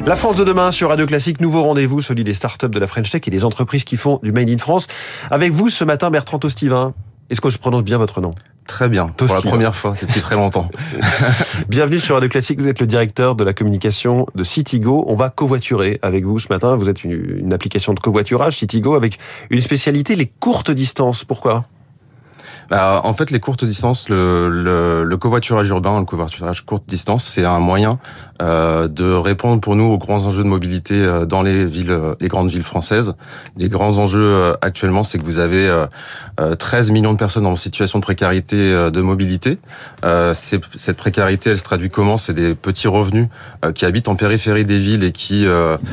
La France de demain sur Radio Classique, nouveau rendez-vous, celui des startups de la French Tech et des entreprises qui font du Made in France. Avec vous ce matin, Bertrand Tostivin. Est-ce que je prononce bien votre nom ? Très bien, Tostivin. pour la première fois depuis très longtemps. Bienvenue sur Radio Classique, vous êtes le directeur de la communication de Citigo. On va covoiturer avec vous ce matin. Vous êtes une application de covoiturage, Citigo, avec une spécialité, les courtes distances. Pourquoi ? En fait, les courtes distances, le covoiturage urbain, le covoiturage courte distance, c'est un moyen de répondre pour nous aux grands enjeux de mobilité dans les grandes villes françaises. Les grands enjeux actuellement, c'est que vous avez 13 millions de personnes en situation de précarité de mobilité. Cette précarité, elle se traduit comment ? C'est des petits revenus qui habitent en périphérie des villes et qui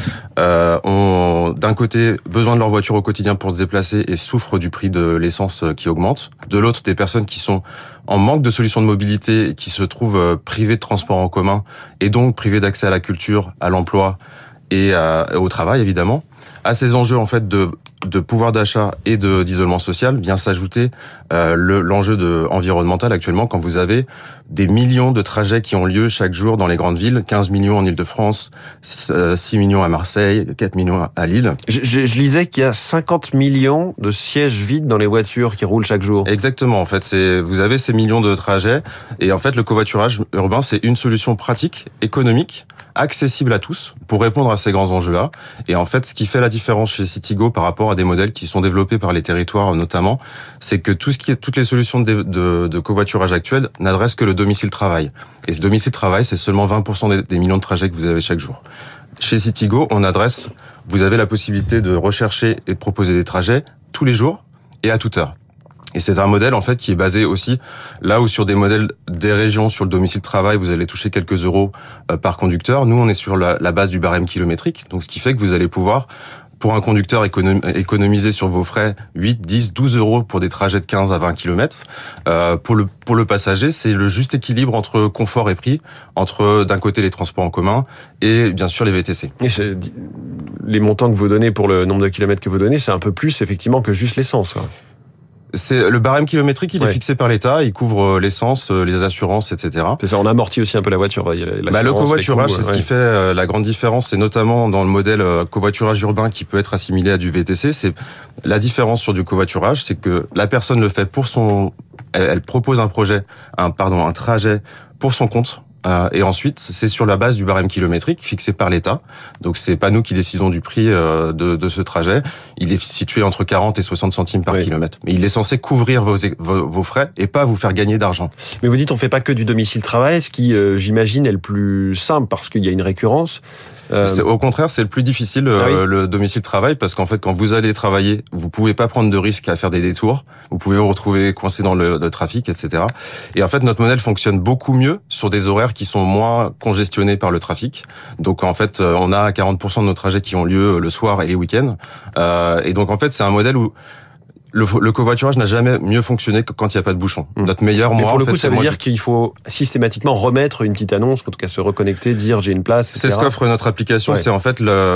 ont d'un côté besoin de leur voiture au quotidien pour se déplacer et souffrent du prix de l'essence qui augmente. De l'autre, des personnes qui sont en manque de solutions de mobilité et qui se trouvent privées de transport en commun et donc privées d'accès à la culture, à l'emploi et au travail, évidemment. À ces enjeux, en fait, de pouvoir d'achat et d'isolement social, vient s'ajouter l'enjeu environnemental actuellement quand vous avez des millions de trajets qui ont lieu chaque jour dans les grandes villes, 15 millions en Île-de-France, 6 millions à Marseille, 4 millions à Lille. Je lisais qu'il y a 50 millions de sièges vides dans les voitures qui roulent chaque jour. Exactement, en fait, vous avez ces millions de trajets et en fait, le covoiturage urbain, c'est une solution pratique, économique, accessible à tous pour répondre à ces grands enjeux-là. Et en fait, ce qui fait la différence chez Citigo par rapport à des modèles qui sont développés par les territoires notamment, c'est que toutes les solutions de covoiturage actuelles n'adressent que le domicile-travail. Et ce domicile-travail, c'est seulement 20% des millions de trajets que vous avez chaque jour. Chez Citigo, vous avez la possibilité de rechercher et de proposer des trajets tous les jours et à toute heure. Et c'est un modèle, en fait, qui est basé aussi, là où sur des modèles des régions, sur le domicile travail, vous allez toucher quelques euros par conducteur. Nous, on est sur la base du barème kilométrique. Donc, ce qui fait que vous allez pouvoir, pour un conducteur, économiser sur vos frais 8, 10, 12 euros pour des trajets de 15 à 20 kilomètres. Pour le passager, c'est le juste équilibre entre confort et prix, entre, d'un côté, les transports en commun et, bien sûr, les VTC. Et les montants que vous donnez pour le nombre de kilomètres que vous donnez, c'est un peu plus, effectivement, que juste l'essence, quoi. C'est le barème kilométrique, il est fixé par l'État, il couvre l'essence, les assurances, etc. C'est ça, on amortit aussi un peu la voiture. Le covoiturage, c'est ce qui fait la grande différence, et notamment dans le modèle covoiturage urbain qui peut être assimilé à du VTC. C'est la différence sur du covoiturage, c'est que la personne le fait elle propose un trajet pour son compte. Et ensuite, c'est sur la base du barème kilométrique fixé par l'État. Donc, c'est pas nous qui décidons du prix de ce trajet. Il est situé entre 40 et 60 centimes par kilomètre. Mais il est censé couvrir vos frais et pas vous faire gagner d'argent. Mais vous dites, on fait pas que du domicile-travail, ce qui, j'imagine, est le plus simple parce qu'il y a une récurrence. Au contraire, c'est le plus difficile, le domicile-travail, parce qu'en fait, quand vous allez travailler, vous pouvez pas prendre de risques à faire des détours. Vous pouvez vous retrouver coincé dans le trafic, etc. Et en fait, notre modèle fonctionne beaucoup mieux sur des horaires qui sont moins congestionnés par le trafic. Donc, en fait, on a 40% de nos trajets qui ont lieu le soir et les week-ends. Et donc, en fait, c'est un modèle où le covoiturage n'a jamais mieux fonctionné que quand il n'y a pas de bouchon. Notre meilleur mois, pour le coup, ça veut dire qu'il faut systématiquement remettre une petite annonce, en tout cas se reconnecter, dire j'ai une place, etc. C'est ce qu'offre notre application, c'est en fait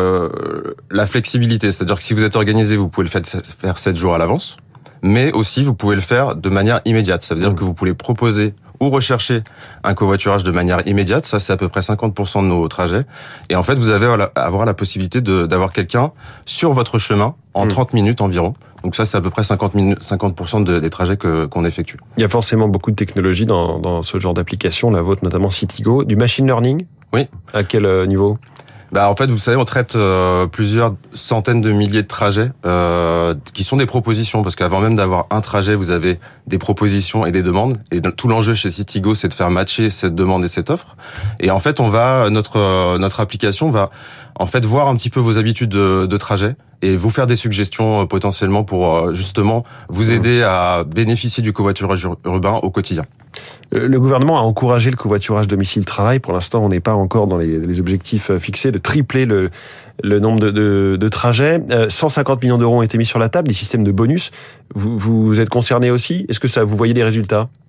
la flexibilité. C'est-à-dire que si vous êtes organisé, vous pouvez le faire 7 jours à l'avance, mais aussi vous pouvez le faire de manière immédiate. Ça veut dire que vous pouvez proposer ou rechercher un covoiturage de manière immédiate. Ça, c'est à peu près 50% de nos trajets. Et en fait, vous avez avoir la possibilité d'avoir quelqu'un sur votre chemin en 30 minutes environ. Donc ça, c'est à peu près 50% des trajets qu'on effectue. Il y a forcément beaucoup de technologies dans ce genre d'application, la vôtre notamment Citigo. Du machine learning ? Oui. À quel niveau ? En fait, vous savez, on traite plusieurs centaines de milliers de trajets qui sont des propositions, parce qu'avant même d'avoir un trajet, vous avez des propositions et des demandes. Et tout l'enjeu chez Citigo, c'est de faire matcher cette demande et cette offre. Et en fait, notre application va en fait voir un petit peu vos habitudes de trajet et vous faire des suggestions potentiellement pour justement vous aider à bénéficier du covoiturage urbain au quotidien. Le gouvernement a encouragé le covoiturage domicile-travail. Pour l'instant, on n'est pas encore dans les objectifs fixés de tripler le nombre de trajets. 150 millions d'euros ont été mis sur la table, des systèmes de bonus. Vous êtes concerné aussi ? Est-ce que vous voyez des résultats ?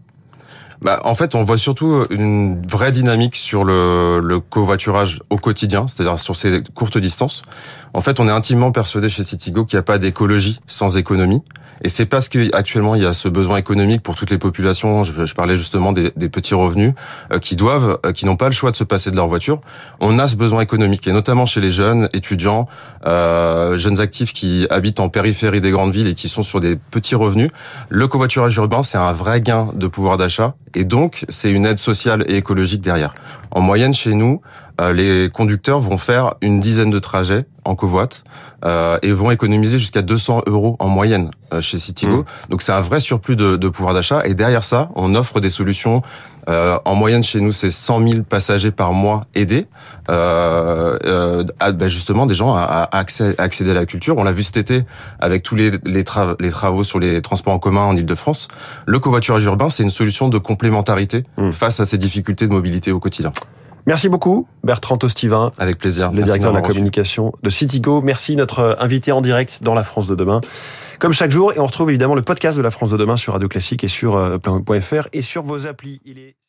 En fait, on voit surtout une vraie dynamique sur le covoiturage au quotidien, c'est-à-dire sur ces courtes distances. En fait, on est intimement persuadé chez Citigo qu'il n'y a pas d'écologie sans économie. Et c'est parce qu'actuellement, il y a ce besoin économique pour toutes les populations. Je parlais justement des petits revenus qui n'ont pas le choix de se passer de leur voiture. On a ce besoin économique, et notamment chez les jeunes étudiants, jeunes actifs qui habitent en périphérie des grandes villes et qui sont sur des petits revenus. Le covoiturage urbain, c'est un vrai gain de pouvoir d'achat, et donc c'est une aide sociale et écologique derrière. En moyenne, chez nous, les conducteurs vont faire une dizaine de trajets en covoit et vont économiser jusqu'à 200 € en moyenne chez Citigo. Donc c'est un vrai surplus de pouvoir d'achat. Et derrière ça, on offre des solutions. En moyenne, chez nous, c'est 100 000 passagers par mois aidés. Justement, des gens à accéder à la culture. On l'a vu cet été avec tous les travaux sur les transports en commun en Ile-de-France. Le covoiturage urbain, c'est une solution de complémentarité face à ces difficultés de mobilité au quotidien. Merci beaucoup, Bertrand Tostivin. Avec plaisir. Le directeur de la communication de Citigo. Merci, notre invité en direct dans La France de demain. Comme chaque jour, et on retrouve évidemment le podcast de La France de demain sur Radio Classique et sur plein.fr et sur vos applis.